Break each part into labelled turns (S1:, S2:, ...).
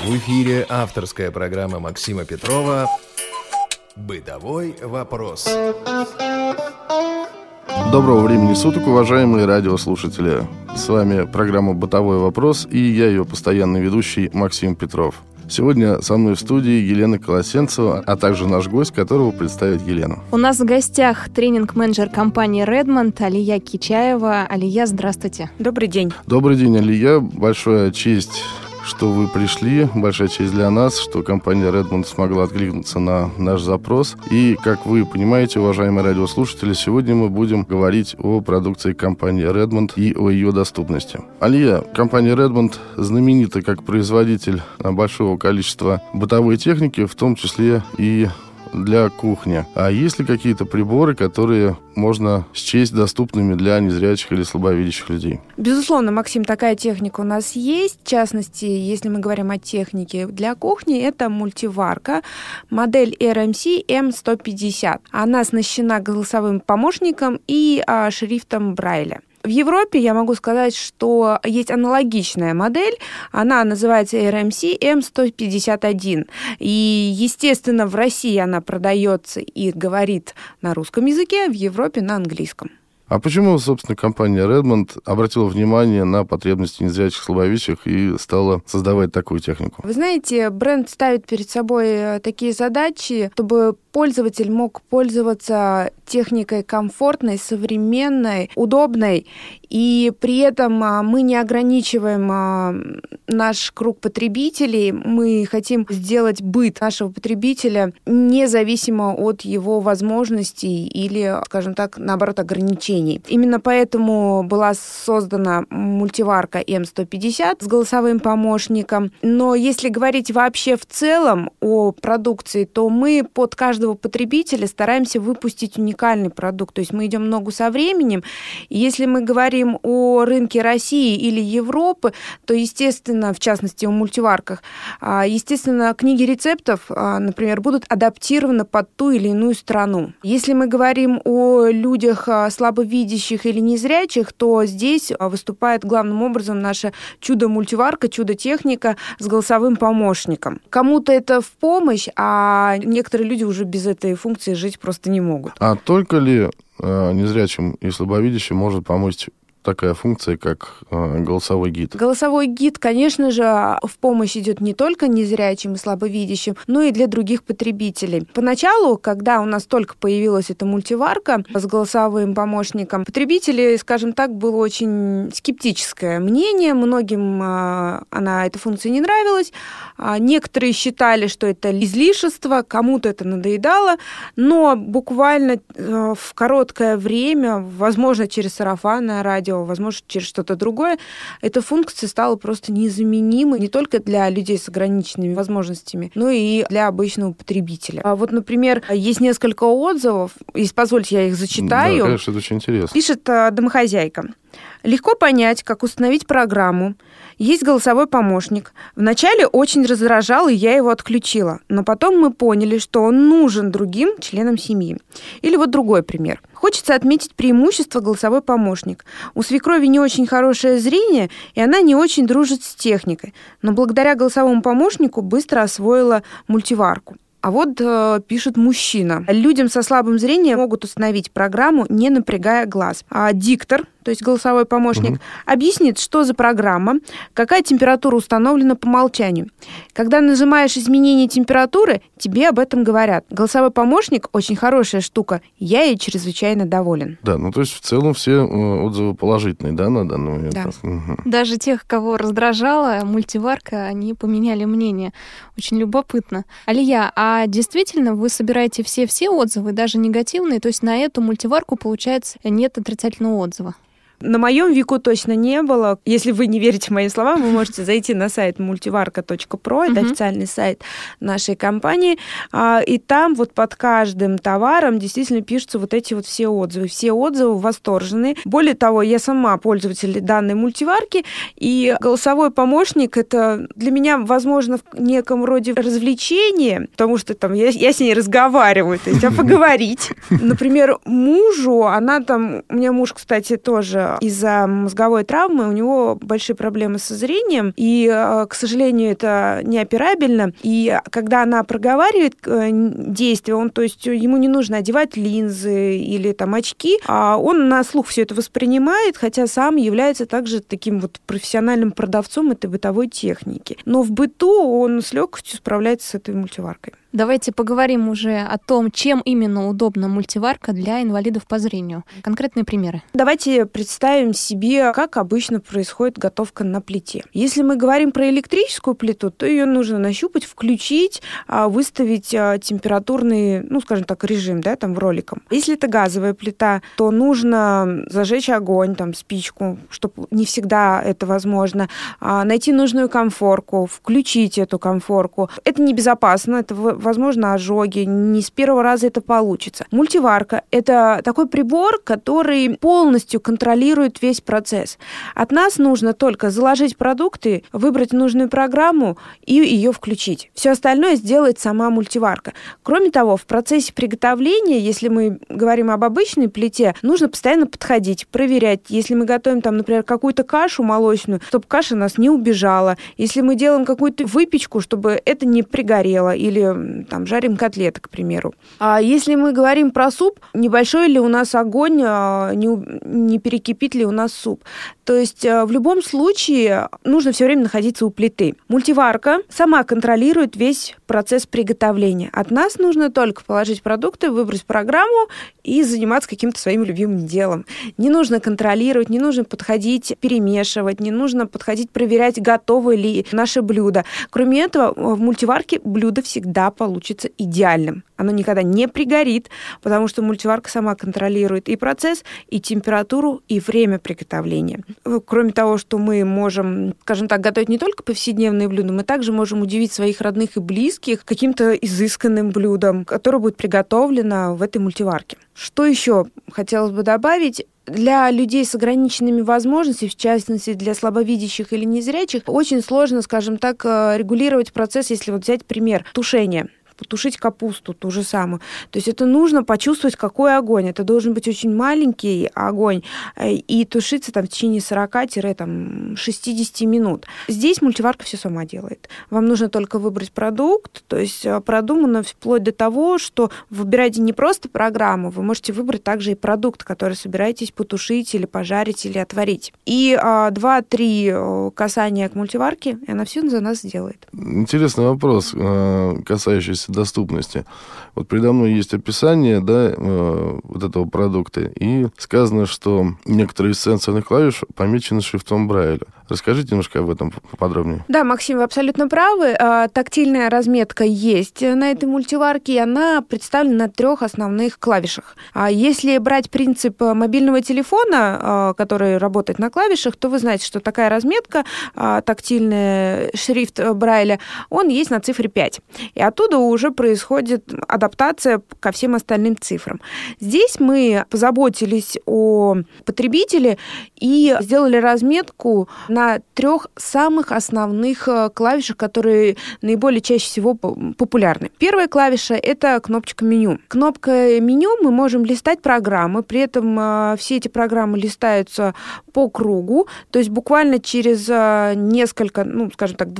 S1: В эфире авторская программа Максима Петрова «Бытовой вопрос».
S2: Доброго времени суток, уважаемые радиослушатели. С вами программа «Бытовой вопрос» и я, ее постоянный ведущий Максим Петров. Сегодня со мной в студии Елена Колосенцева, а также наш гость, которого представит Елена.
S3: У нас в гостях тренинг-менеджер компании Redmond Алия Кичаева. Алия, здравствуйте.
S4: Добрый день.
S2: Добрый день, Алия. Большая честь, что вы пришли. Большая честь для нас, что компания Redmond смогла откликнуться на наш запрос. И, как вы понимаете, уважаемые радиослушатели, сегодня мы будем говорить о продукции компании Redmond и о ее доступности. Алия, компания Redmond знаменита как производитель большого количества бытовой техники, в том числе и для кухни. А есть ли какие-то приборы, которые можно счесть доступными для незрячих или слабовидящих людей?
S4: Безусловно, Максим, такая техника у нас есть. В частности, если мы говорим о технике для кухни, это мультиварка, модель RMC M150. Она оснащена голосовым помощником и шрифтом Брайля. В Европе я могу сказать, что есть аналогичная модель, она называется RMC M151. И, естественно, в России она продается и говорит на русском языке, в Европе на английском.
S2: А почему, собственно, компания Redmond обратила внимание на потребности незрячих, слабовидящих и стала создавать такую технику?
S4: Вы знаете, бренд ставит перед собой такие задачи, чтобы пользователь мог пользоваться техникой комфортной, современной, удобной, и при этом мы не ограничиваем наш круг потребителей, мы хотим сделать быт нашего потребителя независимо от его возможностей или, скажем так, наоборот, ограничений. Именно поэтому была создана мультиварка M150 с голосовым помощником. Но если говорить вообще в целом о продукции, то мы под каждого потребителя стараемся выпустить уникальный продукт. То есть мы идем ногу со временем. И если мы говорим о рынке России или Европы, то, естественно, в частности, о мультиварках, естественно, книги рецептов, например, будут адаптированы под ту или иную страну. Если мы говорим о людях слабовидящих или незрячих, то здесь выступает главным образом наша чудо-мультиварка, чудо-техника с голосовым помощником. Кому-то это в помощь, а некоторые люди уже без этой функции жить просто не могут.
S2: А только ли незрячим и слабовидящим может помочь такая функция, как голосовой гид?
S4: Голосовой гид, конечно же, в помощь идет не только незрячим и слабовидящим, но и для других потребителей. Поначалу, когда у нас только появилась эта мультиварка с голосовым помощником, потребители, скажем так, было очень скептическое мнение. Многим эта функция не нравилась. Некоторые считали, что это излишество, кому-то это надоедало, но буквально в короткое время, возможно, через сарафанное радио, возможно, через что-то другое, эта функция стала просто незаменимой не только для людей с ограниченными возможностями, но и для обычного потребителя. Вот, например, есть несколько отзывов, если позвольте, я их зачитаю.
S2: Да, конечно, это очень интересно.
S4: Пишет домохозяйка. Легко понять, как установить программу. Есть голосовой помощник. Вначале очень раздражал, и я его отключила. Но потом мы поняли, что он нужен другим членам семьи. Или вот другой пример. Хочется отметить преимущество голосовой помощник. У свекрови не очень хорошее зрение, и она не очень дружит с техникой. Но благодаря голосовому помощнику быстро освоила мультиварку. А вот пишет мужчина. Людям со слабым зрением могут установить программу, не напрягая глаз. Диктор, то есть голосовой помощник, объяснит, что за программа, какая температура установлена по умолчанию. Когда нажимаешь изменение температуры, тебе об этом говорят. Голосовой помощник очень хорошая штука, я ей чрезвычайно доволен.
S2: Да, то есть в целом все отзывы положительные, да, на данный момент?
S3: Да. Даже тех, кого раздражала мультиварка, они поменяли мнение. Очень любопытно. Алия, а действительно вы собираете все отзывы, даже негативные? То есть на эту мультиварку, получается, нет отрицательного отзыва?
S4: На моем веку точно не было. Если вы не верите моим словам, вы можете зайти на сайт multivarka.pro, это официальный сайт нашей компании, и там вот под каждым товаром действительно пишутся вот эти вот все отзывы. Все отзывы восторженные. Более того, я сама пользователь данной мультиварки, и голосовой помощник — это для меня, возможно, в неком роде развлечение, потому что там я с ней разговариваю, то есть поговорить. Например, мужу, у меня муж, кстати, тоже из-за мозговой травмы у него большие проблемы со зрением, и, к сожалению, это неоперабельно. И когда она проговаривает действие, то есть ему не нужно одевать линзы или там очки, а он на слух все это воспринимает, хотя сам является также таким вот профессиональным продавцом этой бытовой техники. Но в быту он с легкостью справляется с этой мультиваркой.
S3: Давайте поговорим уже о том, чем именно удобна мультиварка для инвалидов по зрению. Конкретные примеры.
S4: Давайте представим себе, как обычно происходит готовка на плите. Если мы говорим про электрическую плиту, то ее нужно нащупать, включить, выставить температурный, скажем так, режим, там в роликом. Если это газовая плита, то нужно зажечь огонь, спичку, чтобы не всегда это возможно, найти нужную конфорку, включить эту конфорку. Это небезопасно, это возможно ожоги, не с первого раза это получится. Мультиварка – это такой прибор, который полностью контролирует весь процесс. От нас нужно только заложить продукты, выбрать нужную программу и ее включить. Все остальное сделает сама мультиварка. Кроме того, в процессе приготовления, если мы говорим об обычной плите, нужно постоянно подходить, проверять. Если мы готовим, например, какую-то кашу молочную, чтобы каша нас не убежала. Если мы делаем какую-то выпечку, чтобы это не пригорело, или жарим котлеты, к примеру. А если мы говорим про суп, небольшой ли у нас огонь, не перекипит ли у нас суп. То есть в любом случае нужно все время находиться у плиты. Мультиварка сама контролирует весь процесс приготовления. От нас нужно только положить продукты, выбрать программу и заниматься каким-то своим любимым делом. Не нужно контролировать, не нужно подходить, перемешивать, не нужно подходить, проверять, готовы ли наши блюда. Кроме этого, в мультиварке блюдо всегда получится идеальным. Оно никогда не пригорит, потому что мультиварка сама контролирует и процесс, и температуру, и время приготовления. Кроме того, что мы можем, скажем так, готовить не только повседневные блюда, мы также можем удивить своих родных и близких каким-то изысканным блюдом, которое будет приготовлено в этой мультиварке. Что еще хотелось бы добавить? Для людей с ограниченными возможностями, в частности, для слабовидящих или незрячих, очень сложно, скажем так, регулировать процесс, если взять пример тушения. Потушить капусту, ту же самую. То есть это нужно почувствовать, какой огонь. Это должен быть очень маленький огонь и тушиться в течение 40-60 минут. Здесь мультиварка все сама делает. Вам нужно только выбрать продукт, то есть продумано вплоть до того, что вы выбираете не просто программу, вы можете выбрать также и продукт, который собираетесь потушить или пожарить или отварить. И 2-3 касания к мультиварке, и она все за нас сделает.
S2: Интересный вопрос, касающийся доступности. Вот передо мной есть описание, вот этого продукта, и сказано, что некоторые из сенсорных клавиш помечены шрифтом Брайля. Расскажите немножко об этом поподробнее.
S4: Да, Максим, вы абсолютно правы. Тактильная разметка есть на этой мультиварке, и она представлена на 3 основных клавишах. Если брать принцип мобильного телефона, который работает на клавишах, то вы знаете, что такая разметка, тактильный шрифт Брайля, он есть на цифре 5. И оттуда уже происходит адаптация ко всем остальным цифрам. Здесь мы позаботились о потребителе и сделали разметку на 3 самых основных клавишах, которые наиболее чаще всего популярны. Первая клавиша – это кнопочка меню. Кнопкой меню мы можем листать программы, при этом все эти программы листаются по кругу, то есть буквально через несколько, скажем так,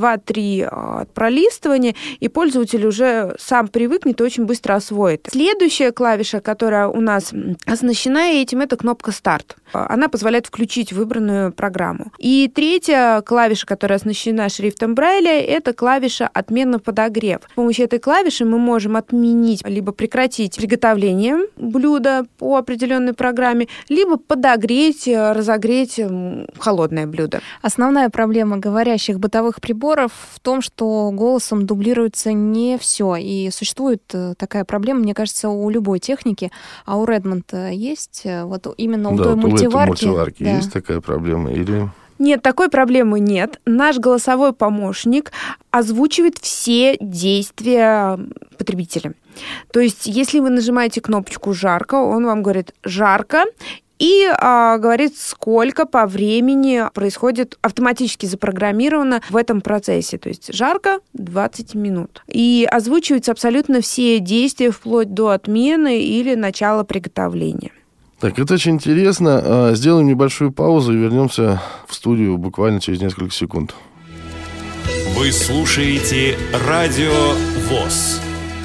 S4: 2-3 пролистывания, и пользователь уже сам привыкнет и очень быстро освоит. Следующая клавиша, которая у нас оснащена этим, это кнопка «Старт». Она позволяет включить выбранную программу. И третья клавиша, которая оснащена шрифтом Брайля, это клавиша «Отмена подогрев». С помощью этой клавиши мы можем отменить либо прекратить приготовление блюда по определенной программе, либо подогреть, разогреть холодное блюдо.
S3: Основная проблема говорящих бытовых приборов в том, что голосом дублируется не все. И существует такая проблема, мне кажется, у любой техники. А у Redmond есть вот именно у той мультиварки?
S2: Есть такая проблема? Или...
S4: Нет, такой проблемы нет. Наш голосовой помощник озвучивает все действия потребителя. То есть, если вы нажимаете кнопочку «Жарко», он вам говорит «Жарко», и говорит, сколько по времени происходит, автоматически запрограммировано в этом процессе. То есть жарко 20 минут. И озвучиваются абсолютно все действия вплоть до отмены или начала приготовления.
S2: Так, это очень интересно. Сделаем небольшую паузу и вернемся в студию буквально через несколько секунд.
S5: Вы слушаете Радио ВОС.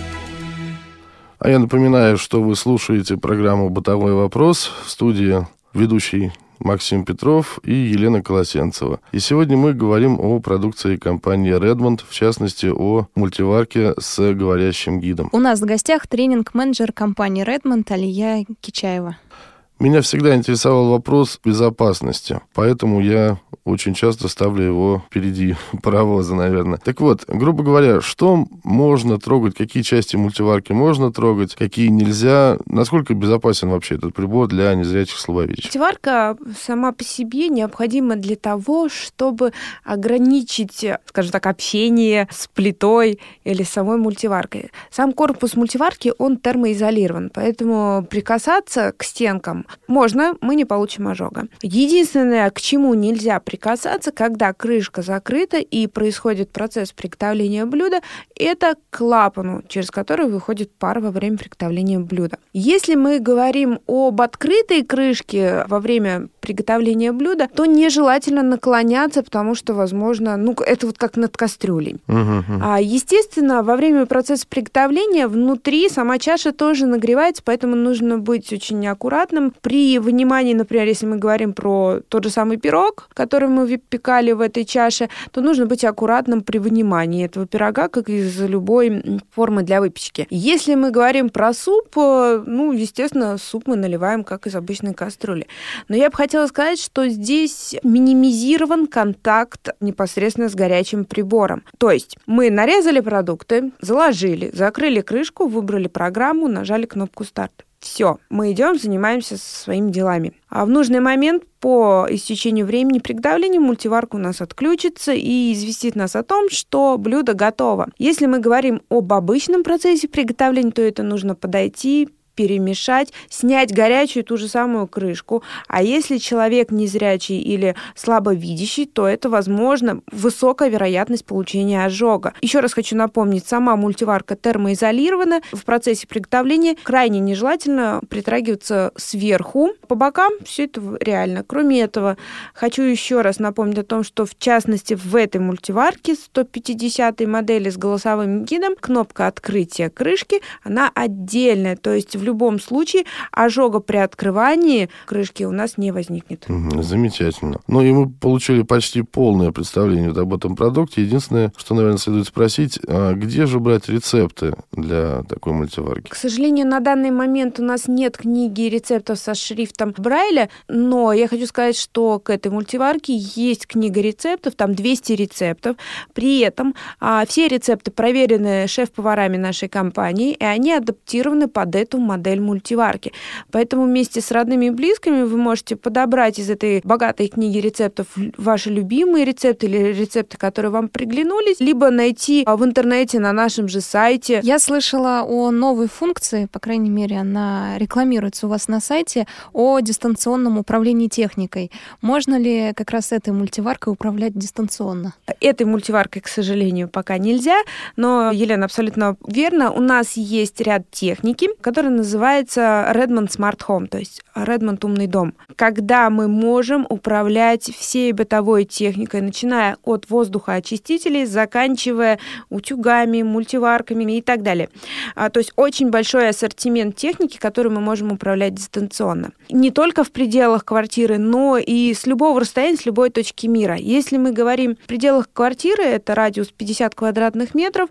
S2: А я напоминаю, что вы слушаете программу «Бытовой вопрос», в студии ведущий Максим Петров и Елена Колосенцева. И сегодня мы говорим о продукции компании Redmond, в частности, о мультиварке с говорящим гидом.
S3: У нас в гостях тренинг-менеджер компании Redmond Алия Кичаева.
S2: Меня всегда интересовал вопрос безопасности, поэтому я очень часто ставлю его впереди паровоза, наверное. Так вот, грубо говоря, что можно трогать, какие части мультиварки можно трогать, какие нельзя, насколько безопасен вообще этот прибор для незрячих слабовидящих?
S4: Мультиварка сама по себе необходима для того, чтобы ограничить, скажем так, общение с плитой или самой мультиваркой. Сам корпус мультиварки, он термоизолирован, поэтому прикасаться к стенкам можно, мы не получим ожога. Единственное, к чему нельзя прикасаться, когда крышка закрыта и происходит процесс приготовления блюда, это к клапану, через который выходит пар во время приготовления блюда. Если мы говорим об открытой крышке во время приготовления блюда, то нежелательно наклоняться, потому что, возможно, это вот как над кастрюлей. Естественно, во время процесса приготовления внутри сама чаша тоже нагревается, поэтому нужно быть очень аккуратным. При вынимании, например, если мы говорим про тот же самый пирог, который мы выпекали в этой чаше, то нужно быть аккуратным при вынимании этого пирога, как из любой формы для выпечки. Если мы говорим про суп, естественно, суп мы наливаем, как из обычной кастрюли. Но я бы хотела сказать, что здесь минимизирован контакт непосредственно с горячим прибором. То есть мы нарезали продукты, заложили, закрыли крышку, выбрали программу, нажали кнопку «Старт». Все, мы идем, занимаемся своими делами. А в нужный момент по истечению времени приготовления мультиварка у нас отключится и известит нас о том, что блюдо готово. Если мы говорим об обычном процессе приготовления, то это нужно подойти, перемешать, снять горячую ту же самую крышку. А если человек незрячий или слабовидящий, то это, возможно, высокая вероятность получения ожога. Еще раз хочу напомнить, сама мультиварка термоизолирована. В процессе приготовления крайне нежелательно притрагиваться сверху. По бокам все это реально. Кроме этого, хочу еще раз напомнить о том, что в частности в этой мультиварке 150-й модели с голосовым гидом кнопка открытия крышки, она отдельная, то есть в любом случае ожога при открывании крышки у нас не возникнет.
S2: Замечательно. И мы получили почти полное представление об этом продукте. Единственное, что, наверное, следует спросить, где же брать рецепты для такой мультиварки?
S4: К сожалению, на данный момент у нас нет книги рецептов со шрифтом Брайля, но я хочу сказать, что к этой мультиварке есть книга рецептов, там 200 рецептов. При этом все рецепты проверены шеф-поварами нашей компании, и они адаптированы под эту модель мультиварки. Поэтому вместе с родными и близкими вы можете подобрать из этой богатой книги рецептов ваши любимые рецепты или рецепты, которые вам приглянулись, либо найти в интернете на нашем же сайте.
S3: Я слышала о новой функции, по крайней мере, она рекламируется у вас на сайте, о дистанционном управлении техникой. Можно ли как раз этой мультиваркой управлять дистанционно?
S4: Этой мультиваркой, к сожалению, пока нельзя, но, Елена, абсолютно верно. У нас есть ряд техники, который называется Redmond Smart Home, то есть Redmond умный дом. Когда мы можем управлять всей бытовой техникой, начиная от воздухоочистителей, заканчивая утюгами, мультиварками и так далее. То есть очень большой ассортимент техники, который мы можем управлять дистанционно. Не только в пределах квартиры, но и с любого расстояния, с любой точки мира. Если мы говорим в пределах квартиры, это радиус 50 квадратных метров,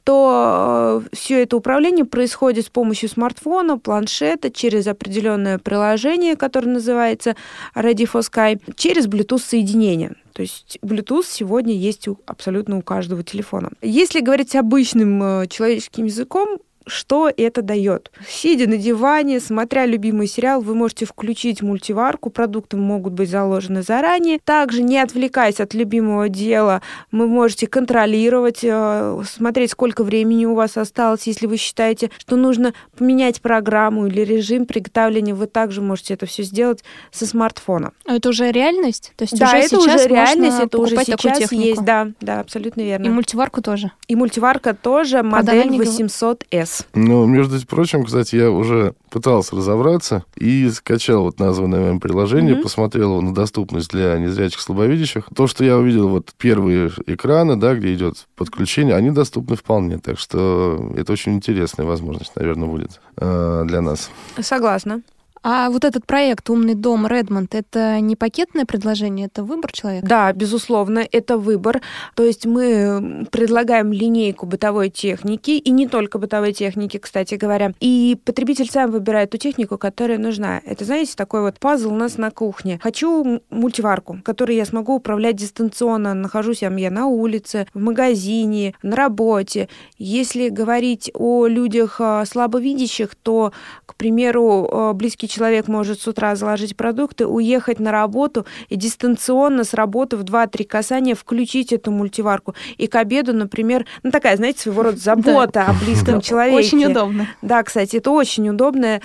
S4: то все это управление происходит с помощью смартфона, планшета, через определенное приложение, которое называется Ready for Sky, через Bluetooth-соединение. То есть Bluetooth сегодня есть абсолютно у каждого телефона. Если говорить обычным человеческим языком, что это дает? Сидя на диване, смотря любимый сериал, вы можете включить мультиварку, продукты могут быть заложены заранее. Также, не отвлекаясь от любимого дела, вы можете контролировать, смотреть, сколько времени у вас осталось. Если вы считаете, что нужно поменять программу или режим приготовления, вы также можете это все сделать со смартфона.
S3: Это уже реальность? То есть
S4: да,
S3: уже
S4: это
S3: сейчас
S4: уже реальность, это уже
S3: сейчас
S4: есть. Да, абсолютно верно.
S3: И мультиварку тоже?
S4: И мультиварка тоже, модель 800S.
S3: вопрос.
S2: Между прочим, кстати, я уже пытался разобраться и скачал названное вами приложение, посмотрел его на доступность для незрячих, слабовидящих. То, что я увидел, первые экраны, да, где идет подключение, они доступны вполне. Так что это очень интересная возможность, наверное, будет для нас.
S4: Согласна.
S3: А вот этот проект «Умный дом Redmond» — это не пакетное предложение, это выбор человека?
S4: Да, безусловно, это выбор. То есть мы предлагаем линейку бытовой техники, и не только бытовой техники, кстати говоря. И потребитель сам выбирает ту технику, которая нужна. Это, знаете, такой пазл у нас на кухне. Хочу мультиварку, которой я смогу управлять дистанционно. Нахожусь я на улице, в магазине, на работе. Если говорить о людях слабовидящих, то, к примеру, близкий человек может с утра заложить продукты, уехать на работу и дистанционно с работы в 2-3 касания включить эту мультиварку. И к обеду, например, такая, знаете, своего рода забота о близком человеке.
S3: Очень удобно.
S4: Да, кстати, это очень удобная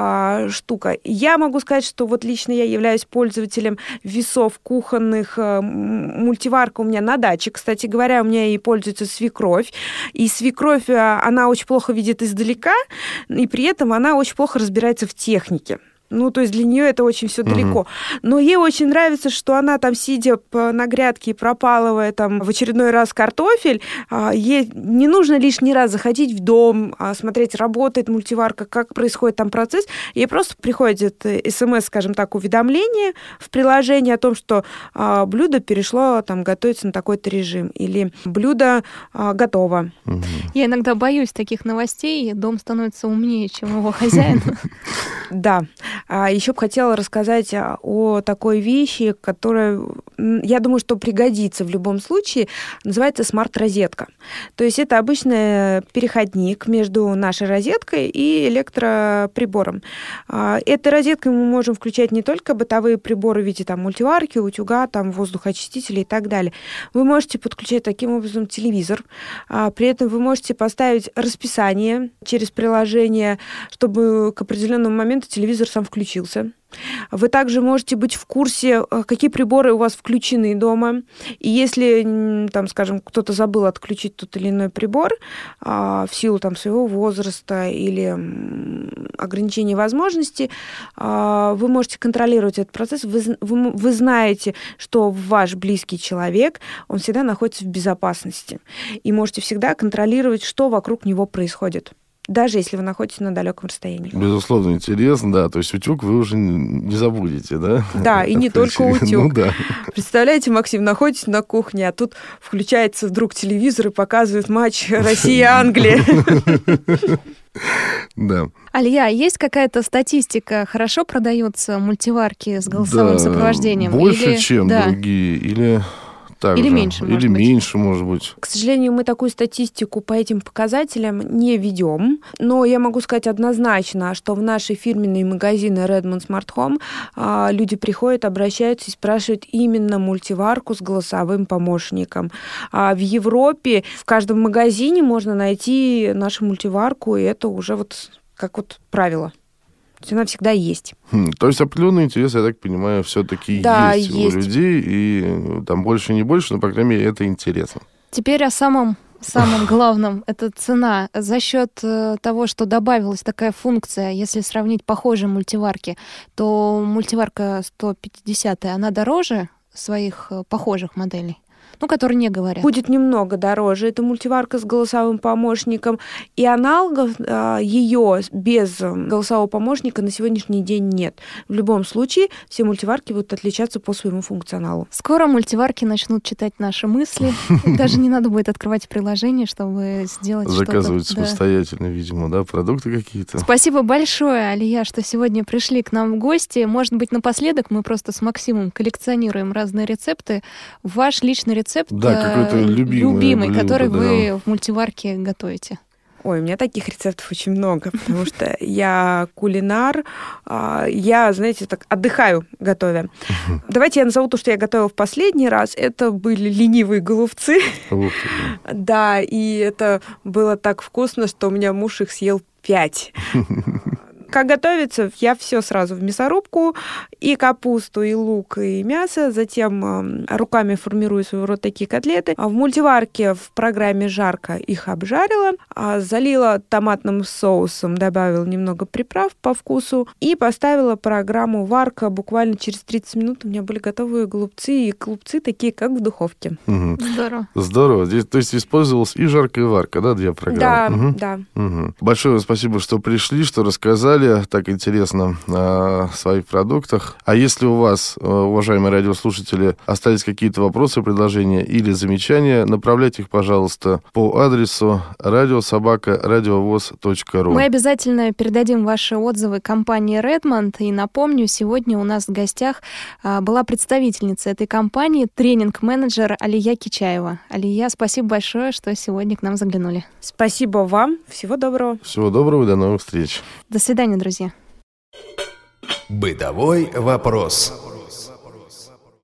S4: штука. Я могу сказать, что лично я являюсь пользователем весов кухонных. Мультиварка у меня на даче, кстати говоря, у меня ей пользуется свекровь. И свекровь, она очень плохо видит издалека, и при этом она очень плохо разбирается в технике. То есть для нее это очень все далеко. Но ей очень нравится, что она там, сидя на грядке и пропалывая там в очередной раз картофель, ей не нужно лишний раз заходить в дом, смотреть, работает мультиварка, как происходит там процесс. Ей просто приходит СМС, скажем так, уведомление в приложении о том, что блюдо перешло готовиться на такой-то режим, или блюдо готово.
S3: Я иногда боюсь таких новостей, дом становится умнее, чем его хозяин.
S4: Да. Еще бы хотела рассказать о такой вещи, которая, я думаю, что пригодится в любом случае. Называется смарт-розетка. То есть это обычный переходник между нашей розеткой и электроприбором. Этой розеткой мы можем включать не только бытовые приборы в виде мультиварки, утюга, воздухоочистителя и так далее. Вы можете подключать таким образом телевизор. При этом вы можете поставить расписание через приложение, чтобы к определенному моменту телевизор сам включился. Вы также можете быть в курсе, какие приборы у вас включены дома. И если, скажем, кто-то забыл отключить тот или иной прибор в силу своего возраста или ограничения возможностей, вы можете контролировать этот процесс. Вы знаете, что ваш близкий человек, он всегда находится в безопасности. И можете всегда контролировать, что вокруг него происходит. Даже если вы находитесь на далеком расстоянии.
S2: Безусловно, интересно, да. То есть утюг вы уже не забудете, да?
S4: Да, и не только утюг.
S2: Да.
S4: Представляете, Максим, находитесь на кухне, а тут включается вдруг телевизор и показывает матч Россия-Англия.
S2: Да.
S3: Алия, есть какая-то статистика? Хорошо продаются мультиварки с голосовым сопровождением?
S2: Больше, чем другие? Или
S3: меньше,
S2: может быть.
S4: К сожалению, мы такую статистику по этим показателям не ведем, но я могу сказать однозначно, что в наши фирменные магазины Redmond Smart Home люди приходят, обращаются и спрашивают именно мультиварку с голосовым помощником. В Европе в каждом магазине можно найти нашу мультиварку, и это уже как правило. То есть она всегда есть.
S2: То есть определенный интерес, я так понимаю, все-таки есть у людей, и там больше не больше, но, по крайней мере, это интересно.
S3: Теперь о самом главном. Это цена. За счет того, что добавилась такая функция, если сравнить похожие мультиварки, то мультиварка 150, она дороже своих похожих моделей? Которые не говорят.
S4: Будет немного дороже. Это мультиварка с голосовым помощником. И аналогов ее без голосового помощника на сегодняшний день нет. В любом случае, все мультиварки будут отличаться по своему функционалу.
S3: Скоро мультиварки начнут читать наши мысли. Даже не надо будет открывать приложение, чтобы сделать что-то.
S2: Заказывать самостоятельно, видимо, да, продукты какие-то.
S3: Спасибо большое, Алия, что сегодня пришли к нам в гости. Может быть, напоследок мы просто с Максимом коллекционируем разные рецепты. Ваш личный рецепт,
S2: какой-то любимый,
S3: который вы в мультиварке готовите.
S4: Ой, у меня таких рецептов очень много, потому что я кулинар, я, знаете, так отдыхаю, готовя. Давайте я назову то, что я готовила в последний раз. Это были ленивые голубцы. Да, и это было так вкусно, что у меня муж их съел 5. Как готовится? Я все сразу в мясорубку, и капусту, и лук, и мясо. Затем руками формирую своего рода такие котлеты. В мультиварке в программе «Жарко» их обжарила, залила томатным соусом, добавила немного приправ по вкусу и поставила программу «Варка». Буквально через 30 минут у меня были готовые голубцы, и голубцы такие, как в духовке.
S3: Здорово.
S2: Здорово. Здесь, то есть использовалась и жарка, и варка, да, две программы?
S4: Да.
S2: Большое вам спасибо, что пришли, что рассказали так интересно о своих продуктах. А если у вас, уважаемые радиослушатели, остались какие-то вопросы, предложения или замечания, направляйте их, пожалуйста, по адресу radio@radiovoz.ru.
S3: Мы обязательно передадим ваши отзывы компании Redmond. И напомню, сегодня у нас в гостях была представительница этой компании, тренинг-менеджер Алия Кичаева. Алия, спасибо большое, что сегодня к нам заглянули.
S4: Спасибо вам. Всего доброго.
S2: Всего доброго и до новых встреч.
S3: До свидания, друзья.
S1: Бытовой вопрос.